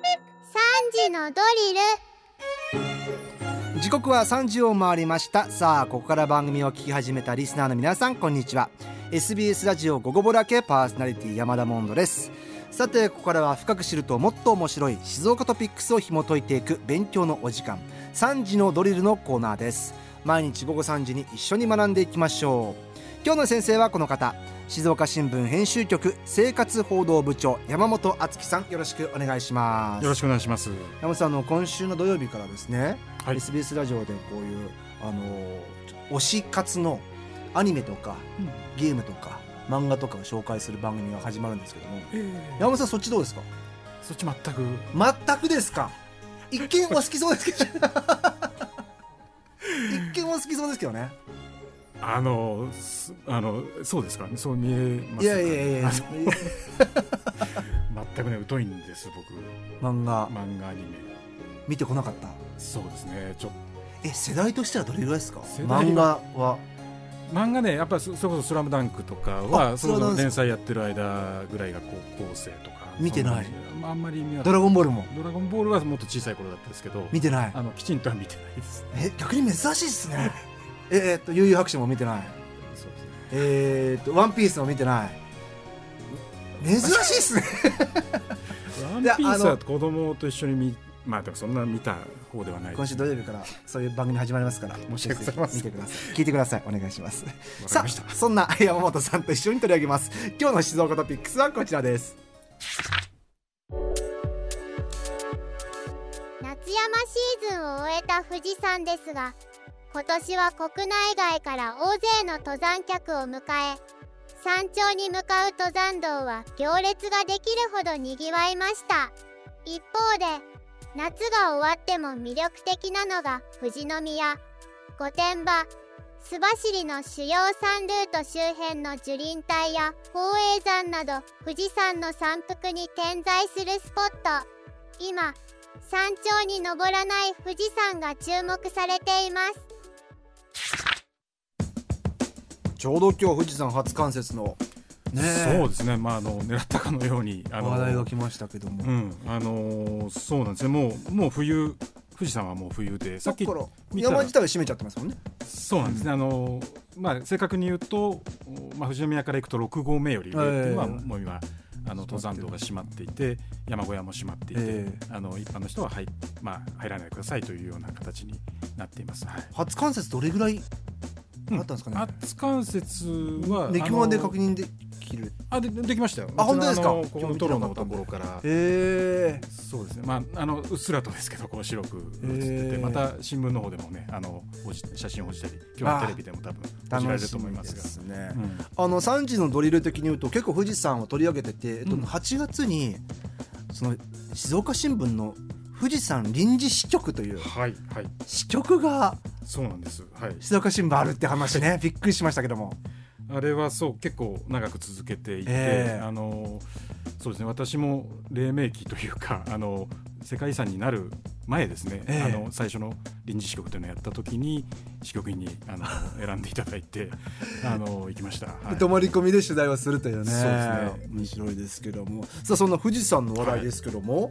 3時のドリル。 時刻は3時を回りました。さあ、ここから番組を聞き始めたリスナーの皆さん、こんにちは。 SBS ラジオ午後ぼらけパーソナリティ山田モンドです。さて、ここからは深く知るともっと面白い静岡トピックスを紐解いていく勉強のお時間、3時のドリルのコーナーです。毎日午後3時に一緒に学んでいきましょう。今日の先生はこの方、静岡新聞編集局生活報道部長、山本敦樹さん、よろしくお願いします。 よろしくお願いします。 山本さん、今週の土曜日からですね、 はい、 SBS ラジオでこういう推し活のアニメとか、ゲームとか漫画とかを紹介する番組が始まるんですけども、山本さん、そっちどうですか？ そっち全くですか？一見お好きそうですけど一見お好きそうですけどね。 そうですかね、そう見えますか？いや全くね、疎いんです僕。漫画アニメ見てこなかった。 そうですね、ちょっと世代としてはどれぐらいですか？漫画ね、やっぱりそれこそスラムダンクとかはその連載やってる間ぐらいが高校生とか。 見てない。 あんまり見ない。 ドラゴンボールも。 ドラゴンボールはもっと小さい頃だったんですけど、 見てない。 きちんとは見てないです。 逆に珍しいですね悠々白書も見てない。 そうですね。 ワンピースも見てない。珍しいですねワンピースは子供と一緒にでもそんな見た方ではない。 今週土曜日からそういう番組始まりますから、 申し訳ございません。 見てください、聞いてください、お願いします。 さあ、 そんな山本さんと一緒に取り上げます。今日の静岡トピックスはこちらです。 夏山シーズンを終えた富士山ですが、今年は国内外から大勢の登山客を迎え、山頂に向かう登山道は行列ができるほどにぎわいました。一方で、夏が終わっても魅力的なのが富士宮、御殿場、須走の主要山ルート周辺の樹林帯や宝永山など富士山の山腹に点在するスポット。今、山頂に登らない富士山が注目されています。 ちょうど今日富士山初冠雪のそうですね、狙ったかのように話題が来ましたけども、 そうなんですね。もう冬、富士山はもう冬で、さっき山自体は閉めちゃってますもんね。 そうなんですね。正確に言うと、富士宮から行くと6合目より上っていうのはもう今登山道が閉まっていて、山小屋も閉まっていて、一般の人は入らないでくださいというような形になっています。 初冠雪どれぐらいあったんですかね？初冠雪はネキモンで確認できる。 できましたよ。 本当ですか？ このトロのところから。そうですね。うっすらとですけど、こう白く映ってて、また新聞の方でもね、写真を報じたり、今日のテレビでも多分報じられると思いますが。 ですね。3時のドリル的に言うと結構富士山を取り上げてて、8月にその静岡新聞の富士山臨時支局という支局が、 そうなんです、 静岡新聞あるって話ね、びっくりしましたけども、 あれは結構長く続けていて、そうですね、私も黎明期というか、世界遺産になる前ですね、最初の臨時支局というのをやった時に支局員に選んでいただいて行きました。 泊まり込みで取材をするというね。 そうですね、 面白いですけども、さあ、そんな富士山の話題ですけども、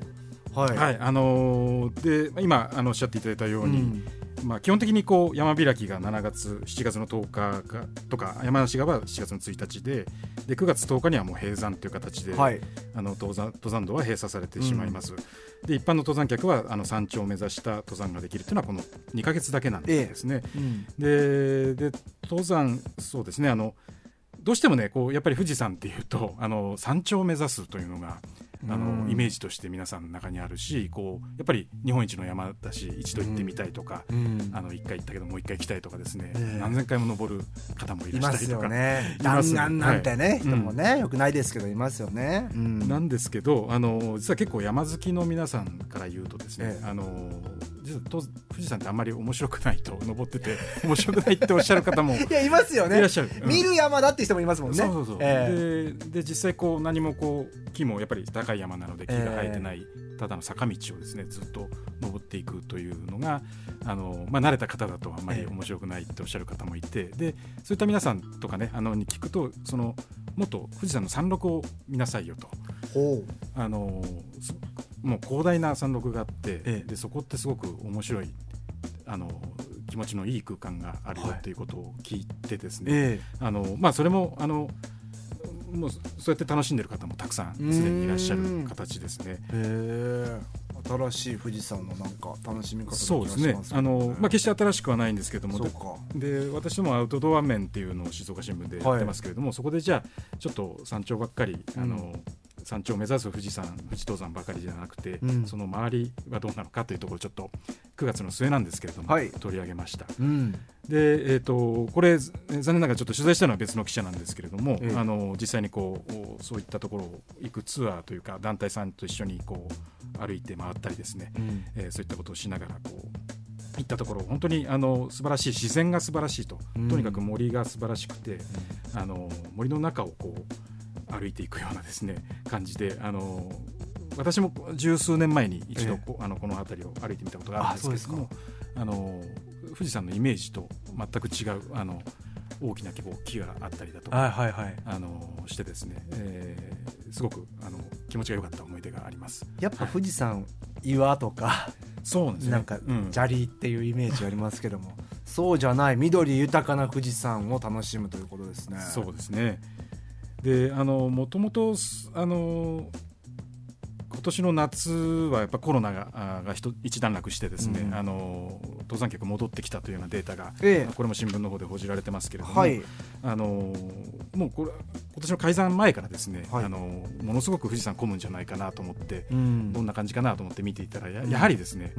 で今おっしゃっていただいたように、基本的に山開きが7月の10日とか、山梨側は7月の1日で9月10日にはもう閉山という形で、登山道は閉鎖されてしまいます。で、一般の登山客は山頂を目指した登山ができるというのはこの2ヶ月だけなんですね。で登山、そうですね、どうしてもね、やっぱり富士山っていうと山頂を目指すというのがイメージとして皆さんの中にあるし、やっぱり日本一の山だし一度行ってみたいとか、1回行ったけどもう1回行きたいとかですね、何千回も登る方もいらっしゃりとか、 弾丸なんてね、人もね、よくないですけどいますよね。 なんですけど、実は結構山好きの皆さんから言うとですね、実は富士山ってあんまり面白くないと、登ってて面白くないっておっしゃる方もいますよね。いらっしゃる、見る山だって人もいますもんね。 で実際何も木もやっぱり高い山なので木が生えてない、ただの坂道をですねずっと登っていくというのが慣れた方だとあんまり面白くないっておっしゃる方もいて、でそういった皆さんとかねに聞くと、もっと富士山の山麓を見なさいよと、 もう広大な山麓があって、でそこってすごく面白い気持ちのいい空間があるよっていうことを聞いてですね、それももうそうやって楽しんでる方もたくさんすでにいらっしゃる形ですね。 新しい富士山のなんか楽しみ方、 そうですね。決して新しくはないんですけども、で私どもアウトドア面っていうのを静岡新聞でやってますけれども、そこでじゃあちょっと山頂ばっかり山頂を目指す富士登山ばかりじゃなくて、その周りはどうなのかというところをちょっと9月の末なんですけれども、取り上げました。で、これ残念ながらちょっと取材したのは別の記者なんですけれども、実際にそういったところを行くツアーというか団体さんと一緒に歩いて回ったりですね、そういったことをしながら行ったところ本当に素晴らしい自然が素晴らしいと、とにかく森が素晴らしくて、森の中を歩いていくようなですね感じで、私も十数年前に一度この辺りを歩いてみたことがあるんですけれども、富士山のイメージと全く違う大きな木があったりだとか、してですね、すごく気持ちが良かった思い出があります。 やっぱ富士山、岩とかそうですね、 なんか砂利っていうイメージありますけども、そうじゃない緑豊かな富士山を楽しむということですね。 そうですね。でもともと今年の夏はやっぱコロナが一段落してですね、登山客戻ってきたというようなデータが、これも新聞の方で報じられてますけれども、もうこれ今年の開山前からですね、ものすごく富士山混むんじゃないかなと思って、どんな感じかなと思って見ていたら やはりですね、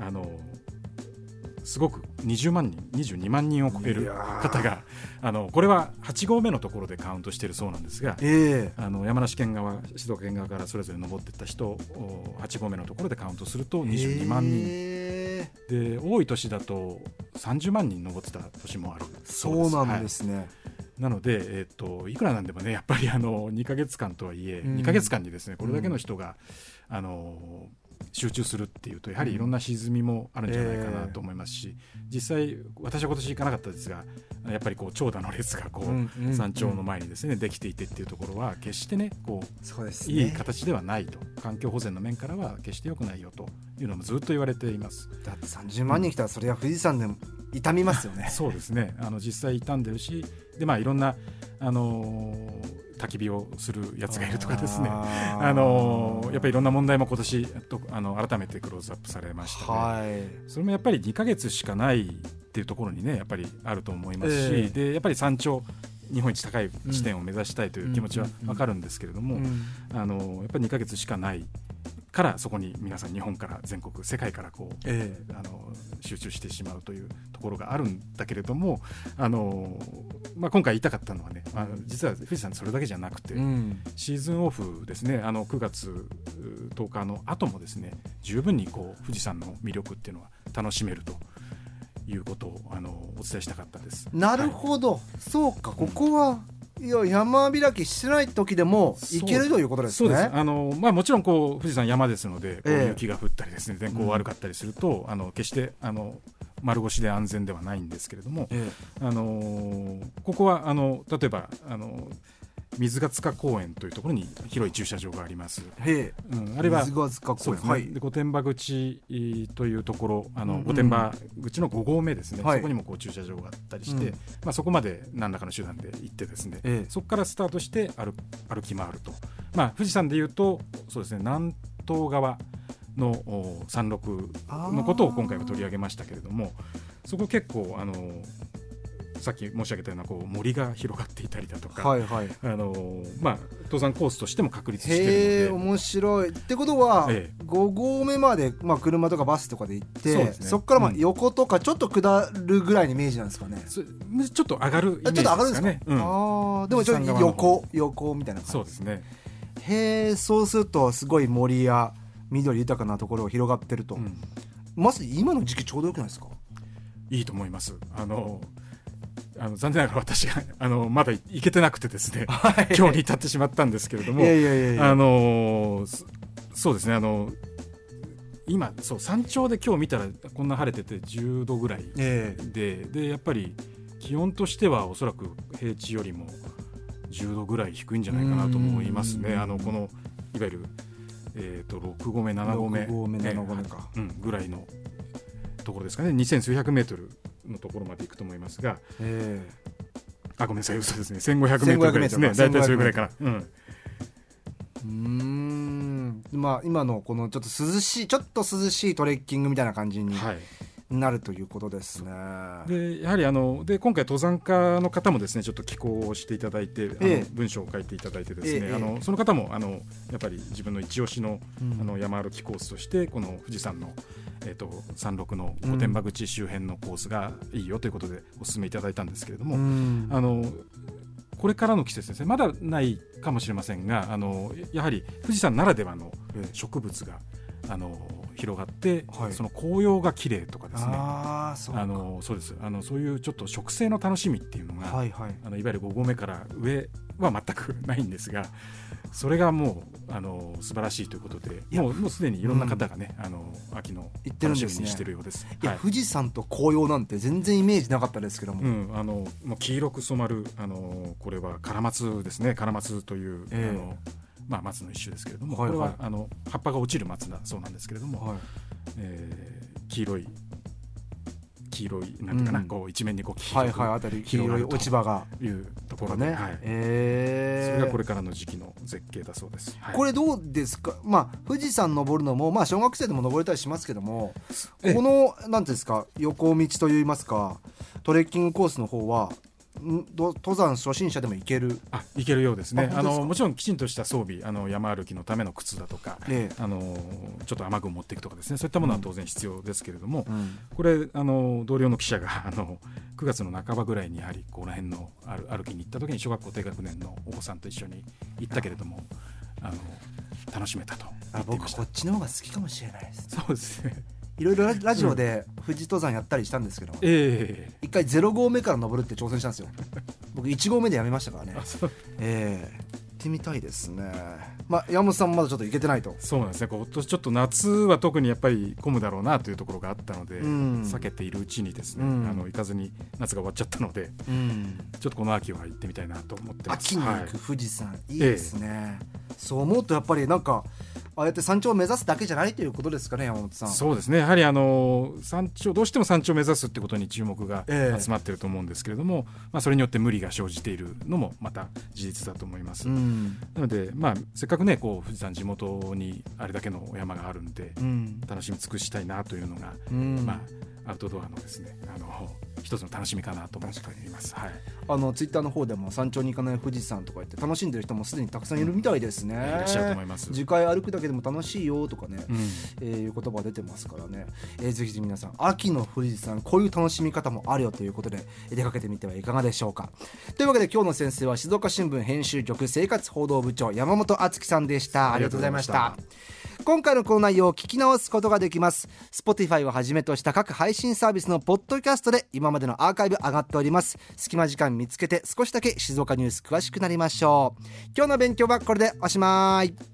すごく20万人22万人を超える方がこれは8合目のところでカウントしているそうなんですが、山梨県側静岡県側からそれぞれ登っていった人8合目のところでカウントすると22万人、で多い年だと30万人登ってた年もあるそうです。 そうなんですね。 なので、いくらなんでもねやっぱり2ヶ月間とはいえ、2ヶ月間にですねこれだけの人が、集中するっていうとやはりいろんな沈みもあるんじゃないかなと思いますし、実際私は今年行かなかったですがやっぱり長蛇の列が山頂の前にですねできていてっていうところは決してねそうですね、 いい形ではないと、環境保全の面からは決して良くないよというのもずっと言われています。 だって30万人来たらそれは富士山でも痛みますよね。 そうですね、実際傷んでるし、でいろんな焚き火をするやつがいるとかですね、やっぱりいろんな問題も今年改めてクローズアップされましたね。それもやっぱり2ヶ月しかないっていうところにねやっぱりあると思いますし、でやっぱり山頂日本一高い地点を目指したいという気持ちは分かるんですけれども、やっぱり2ヶ月しかないからそこに皆さん日本から全国世界から集中してしまうというところがあるんだけれども、今回言いたかったのはね、実は富士山それだけじゃなくて、シーズンオフですね、9月10日の後もですね十分に富士山の魅力っていうのは楽しめるということをお伝えしたかったです。 なるほど、そうか、ここはいや山開きしてない時でも行けるということですね。 そうです。もちろん富士山山ですので雪が降ったりですね、天候悪かったりすると、決して丸腰で安全ではないんですけれども、ここは例えば水ヶ塚公園というところに広い駐車場があります。あれは水ヶ塚公園、 で御殿場口というところ、御殿場口の5合目ですね、そこにも駐車場があったりして、そこまで何らかの手段で行ってですね、そこからスタートして歩き回ると、富士山でいうとそうですね、南東側の山麓のことを今回は取り上げましたけれども、そこ結構さっき申し上げたような森が広がっていたりだとか、登山コースとしても確立しているので。 面白い。ってことは、5合目まで、車とかバスとかで行って、そこから横とかちょっと下るぐらいのイメージなんですかね。 ちょっと上がるイメージですかね。でもちょっと横みたいな感じ。 そうですね。 そうするとすごい森や緑豊かなところが広がってると、まず今の時期ちょうどよくないですか。 いいと思います。残念ながら私がまだ行けてなくてですね、今日に至ってしまったんですけれども、そうですね、今山頂で今日見たらこんな晴れてて10度ぐらいで、やっぱり気温としてはおそらく平地よりも10度ぐらい低いんじゃないかなと思いますね。このいわゆる 6合目7合目 6合目7合目か、 ぐらいのところですかね。2000数百メートルのところまで行くと思いますが、ごめんなさい、嘘ですね、1500メートルぐらいですね。大体それぐらいかな。 まあ、今のこのちょっと涼しいトレッキングみたいな感じになるということですね。 でやはりで今回登山家の方もですねちょっと寄稿をしていただいて文章を書いていただいてですね、その方もやっぱり自分の一押しの、山歩きコースとしてこの富士山の、山麓の御殿場口周辺のコースがいいよということでお勧めいただいたんですけれども、これからの季節ですね、まだないかもしれませんがやはり富士山ならではの植物が広がって、その紅葉が綺麗とかですね、そうです、そういうちょっと植生の楽しみっていうのが、いわゆる5合目から上は全くないんですが、それがもう素晴らしいということで、もうすでにいろんな方がね、秋の楽しみにしてるようです。 いや、富士山と紅葉なんて全然イメージなかったですけども、 もう黄色く染まるこれはカラマツですね。カラマツという、松の一種ですけれども、これは葉っぱが落ちる松だそうなんですけれども、黄色いなんていうかな、こう一面にこう黄色い落ち葉がいうところで、それがこれからの時期の絶景だそうです。 これどうですか、富士山登るのも、小学生でも登れたりしますけども、このなんていうんですか、横道といいますかトレッキングコースの方は登山初心者でも行けるようですね。もちろんきちんとした装備、山歩きのための靴だとか、ちょっと雨具を持っていくとかですね、そういったものは当然必要ですけれども、これ同僚の記者が9月の半ばぐらいにやはりこの辺の歩きに行った時に小学校低学年のお子さんと一緒に行ったけれども楽しめたと言っていました。 僕こっちの方が好きかもしれないです。 そうですね。 いろいろラジオで富士登山やったりしたんですけど、一回0合目から登るって挑戦したんですよ。僕1合目でやめましたからね。行ってみたいですね。山本さんもまだちょっと行けてないと。 そうなんですね。今年ちょっと夏は特にやっぱり混むだろうなというところがあったので、避けているうちにですね、行かずに夏が終わっちゃったので、ちょっとこの秋は行ってみたいなと思ってます。 秋に行く富士山、いいですね。そう思うとやっぱりなんかああやって山頂を目指すだけじゃないということですかね、山本さん。 そうですね。やはり山頂、どうしても山頂を目指すってことに注目が集まっていると思うんですけれども、それによって無理が生じているのもまた事実だと思います。なので、せっかくねこう富士山地元にあれだけのお山があるんで、楽しみ尽くしたいなというのが、アウトドアのですね一つの楽しみかなと思っています。ツイッターの方でも山頂に行かない富士山とか言って楽しんでる人もすでにたくさんいるみたいですね。 いらっしゃると思います。 樹海歩くだけでも楽しいよとかね、いう言葉が出てますからね、ぜひ皆さん秋の富士山こういう楽しみ方もあるよということで出かけてみてはいかがでしょうか。というわけで今日の先生は静岡新聞編集局生活報道部長山本敦樹さんでした。ありがとうございました。今回のこの内容を聞き直すことができます。 Spotify をはじめとした各配信サービスのポッドキャストで今までのアーカイブ上がっております。隙間時間見つけて少しだけ静岡ニュース詳しくなりましょう。今日の勉強はこれでおしまい。